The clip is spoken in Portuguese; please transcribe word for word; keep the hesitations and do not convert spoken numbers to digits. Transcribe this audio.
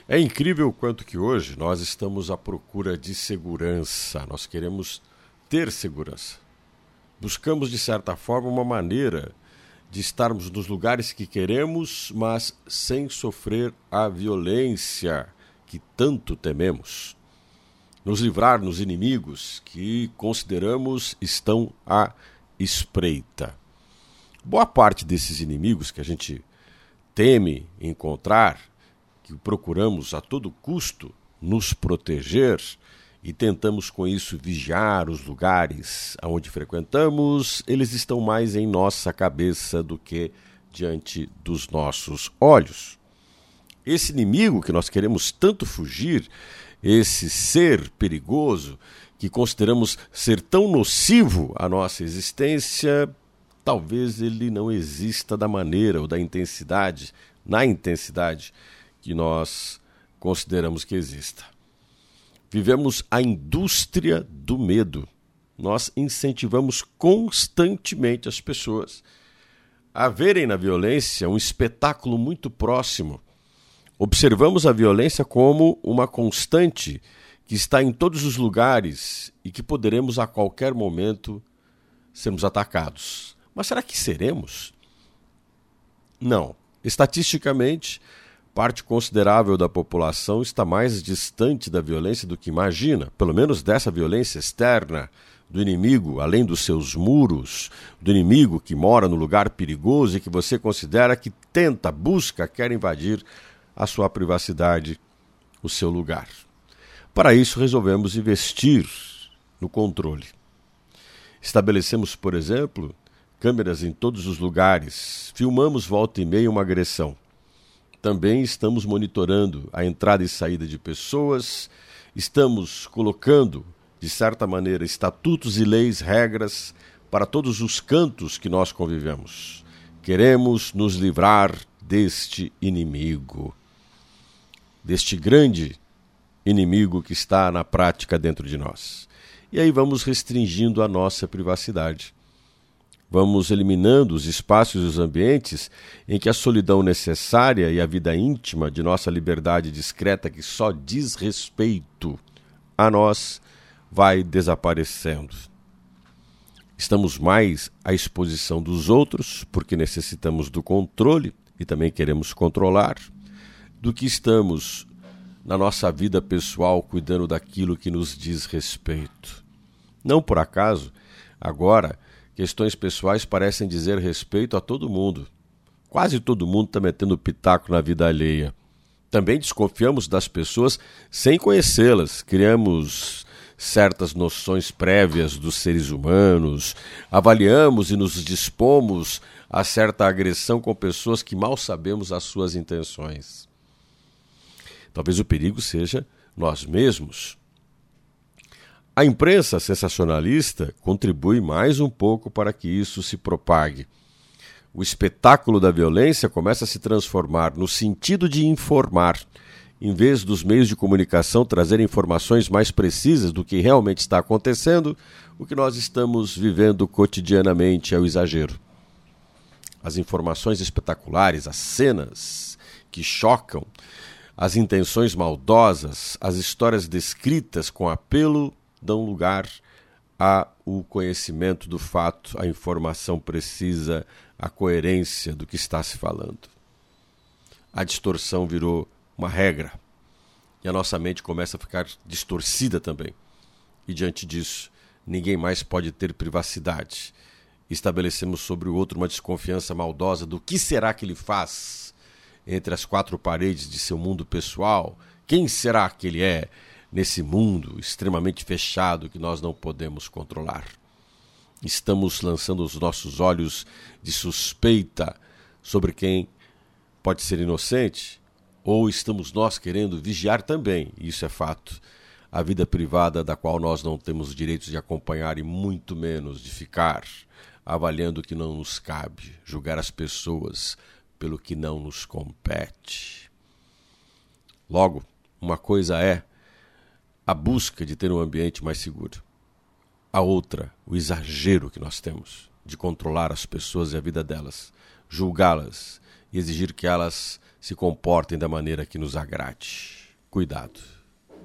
É incrível o quanto que hoje nós estamos à procura de segurança. Nós queremos ter segurança. Buscamos, de certa forma, uma maneira de estarmos nos lugares que queremos, mas sem sofrer a violência que tanto tememos. Nos livrar dos inimigos que consideramos estão à espreita. Boa parte desses inimigos que a gente teme encontrar, que procuramos a todo custo nos proteger e tentamos com isso vigiar os lugares aonde frequentamos, eles estão mais em nossa cabeça do que diante dos nossos olhos. Esse inimigo que nós queremos tanto fugir, esse ser perigoso que consideramos ser tão nocivo à nossa existência, talvez ele não exista da maneira ou da intensidade, na intensidade que nós consideramos que exista. Vivemos a indústria do medo. Nós incentivamos constantemente as pessoas a verem na violência um espetáculo muito próximo. Observamos a violência como uma constante que está em todos os lugares e que poderemos a qualquer momento sermos atacados. Mas será que seremos? Não. Estatisticamente, parte considerável da população está mais distante da violência do que imagina, pelo menos dessa violência externa, do inimigo, além dos seus muros, do inimigo que mora no lugar perigoso e que você considera que tenta, busca, quer invadir a sua privacidade, o seu lugar. Para isso, resolvemos investir no controle. Estabelecemos, por exemplo, câmeras em todos os lugares, filmamos volta e meia uma agressão. Também estamos monitorando a entrada e saída de pessoas, estamos colocando, de certa maneira, estatutos e leis, regras para todos os cantos que nós convivemos. Queremos nos livrar deste inimigo, deste grande inimigo que está na prática dentro de nós. E aí vamos restringindo a nossa privacidade. Vamos eliminando os espaços e os ambientes em que a solidão necessária e a vida íntima de nossa liberdade discreta, que só diz respeito a nós, vai desaparecendo. Estamos mais à exposição dos outros, porque necessitamos do controle e também queremos controlar, do que estamos na nossa vida pessoal cuidando daquilo que nos diz respeito. Não por acaso, agora, questões pessoais parecem dizer respeito a todo mundo. Quase todo mundo está metendo pitaco na vida alheia. Também desconfiamos das pessoas sem conhecê-las. Criamos certas noções prévias dos seres humanos, avaliamos e nos dispomos a certa agressão com pessoas que mal sabemos as suas intenções. Talvez o perigo seja nós mesmos. A imprensa sensacionalista contribui mais um pouco para que isso se propague. O espetáculo da violência começa a se transformar no sentido de informar, em vez dos meios de comunicação trazerem informações mais precisas do que realmente está acontecendo. O que nós estamos vivendo cotidianamente é o exagero. As informações espetaculares, as cenas que chocam, as intenções maldosas, as histórias descritas com apelo dão lugar ao conhecimento do fato, à informação precisa, à coerência do que está se falando. A distorção virou uma regra e a nossa mente começa a ficar distorcida também. E diante disso, ninguém mais pode ter privacidade. Estabelecemos sobre o outro uma desconfiança maldosa do que será que ele faz entre as quatro paredes de seu mundo pessoal. Quem será que ele é nesse mundo extremamente fechado que nós não podemos controlar? Estamos lançando os nossos olhos de suspeita sobre quem pode ser inocente, ou estamos nós querendo vigiar também, isso é fato, a vida privada da qual nós não temos direito de acompanhar e muito menos de ficar avaliando o que não nos cabe, julgar as pessoas pelo que não nos compete. Logo, uma coisa é a busca de ter um ambiente mais seguro. A outra, o exagero que nós temos de controlar as pessoas e a vida delas, julgá-las e exigir que elas se comportem da maneira que nos agrade. Cuidado.